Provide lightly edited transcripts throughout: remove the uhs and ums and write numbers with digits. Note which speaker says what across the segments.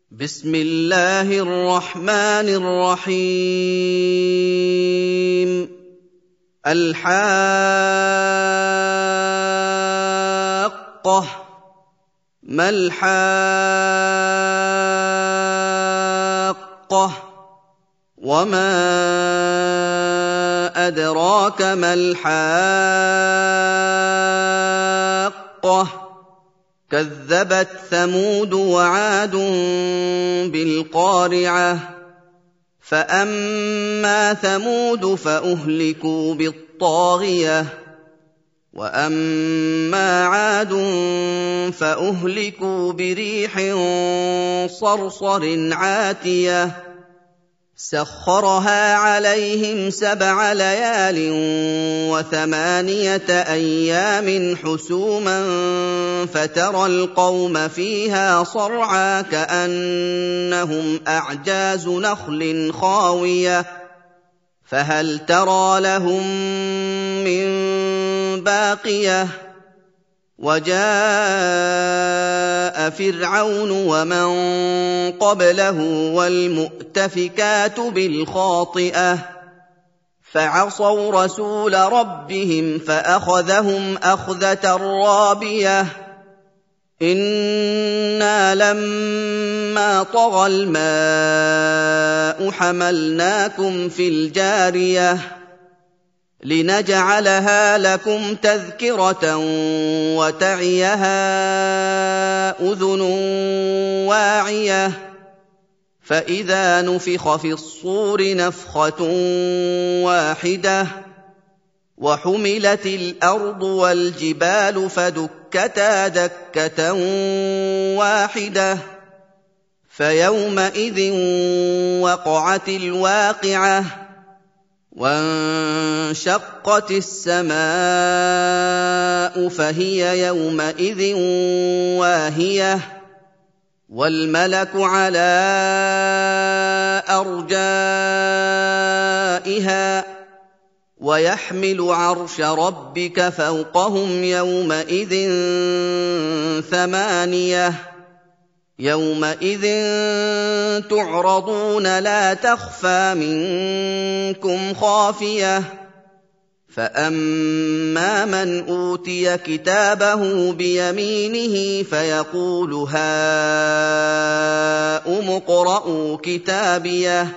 Speaker 1: بسم الله الرحمن الرحيم الحاقة ما الحاقة وما أدراك ما الحاقة كذبت ثمود وعاد بالقارعة فأما ثمود فأهلكوا بالطاغية وأما عاد فأهلكوا بريح صرصر عاتية سخرها عليهم 7 ليال و8 أيام حسوما فترى القوم فيها صرعى كأنهم أعجاز نخل خاوية فهل ترى لهم من باقية وجاء فرعون ومن قبله والمؤتفكات بالخاطئة فعصوا رسول ربهم فأخذهم أخذة رابية إنا لما طغى الماء حملناكم في الجارية لنجعلها لكم تذكرة وتعيها أذن واعية فإذا نفخ في الصور نفخة واحدة وحملت الأرض والجبال فدكتا دكة واحدة فيومئذ وقعت الواقعة وانشقت السماء فهي يومئذ واهية والملك على أرجائها ويحمل عرش ربك فوقهم يومئذ 8 يومئذ تعرضون لا تخفى منكم خافية فأما من أوتي كتابه بيمينه فيقول هاؤم اقرءوا كتابيه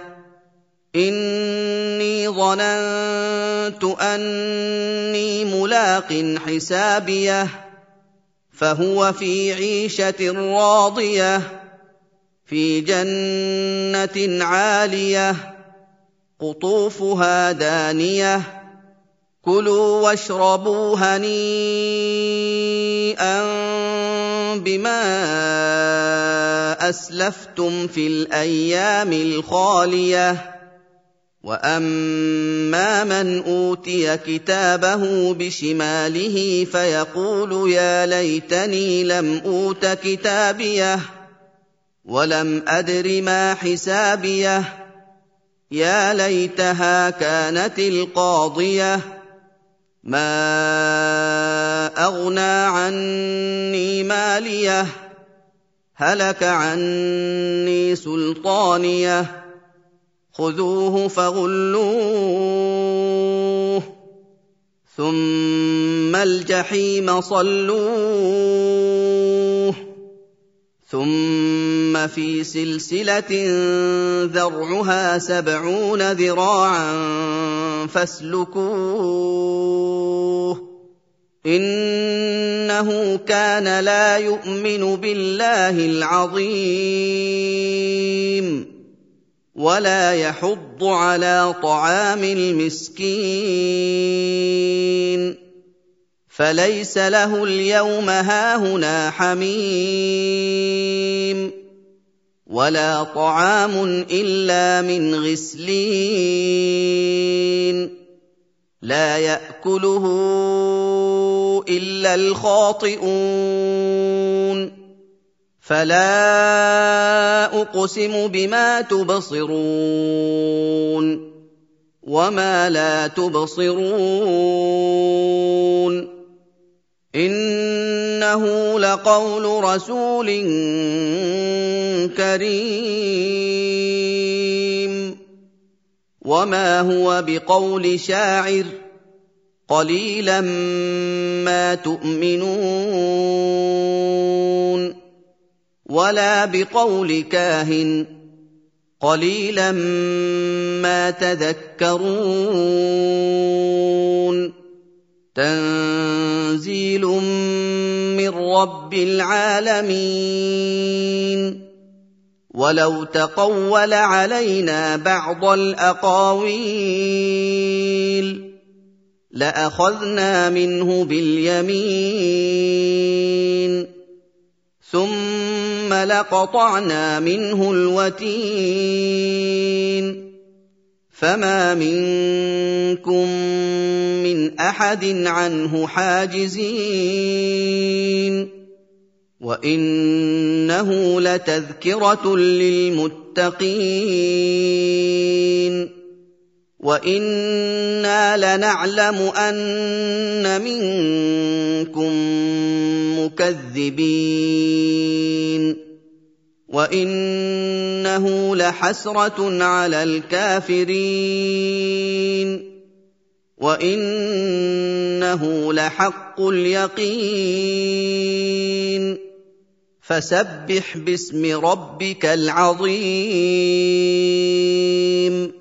Speaker 1: إني ظننت أني ملاق حسابيه فهو في عيشة راضية في جنة عالية قطوفها دانية كلوا واشربوا هنيئا بما أسلفتم في الأيام الخالية وأما من أوتي كتابه بشماله فيقول يا ليتني لم أوت كتابيه ولم أدر ما حسابيه يا ليتها كانت القاضية ما أغنى عني ماليه هلك عني سلطانيه خذوه فغلوه ثم الجحيم صلوه ثم في سلسلة ذرعها 70 ذراعا فاسلكوه إنه كان لا يؤمن بالله العظيم ولا يحض على طعام المسكين فليس له اليوم هاهنا حميم ولا طعام إلا من غسلين لا يأكله إلا الخاطئون فلا أقسم بما تبصرون وما لا تبصرون إِنَّهُ لَقَوْلُ رَسُولٍ كَرِيمٍ وَمَا هُوَ بِقَوْلِ شَاعِرٍ قَلِيلًا مَّا تُؤْمِنُونَ وَلَا بِقَوْلِ كَاهِنٍ قَلِيلًا مَّا تَذَكَّرُونَ تَنزِيلٌ مِّن رَّبِّ الْعَالَمِينَ وَلَوْ تَقَوَّلَ عَلَيْنَا بَعْضَ الْأَقَاوِيلِ لَأَخَذْنَا مِنْهُ بِالْيَمِينِ ثُمَّ لَقَطَعْنَا مِنْهُ الْوَتِينَ فَمَا مِنكُم مِّنْ أَحَدٍ عَنْهُ حَاجِزِينَ وَإِنَّهُ لَتَذْكِرَةٌ لِّلْمُتَّقِينَ وَإِنَّا لَنَعْلَمُ أَنَّ مِنكُم مُّكَذِّبِينَ وَإِنَّهُ لَحَسْرَةٌ عَلَى الْكَافِرِينَ وَإِنَّهُ لَحَقُّ الْيَقِينِ فَسَبِّحْ بِاسْمِ رَبِّكَ الْعَظِيمِ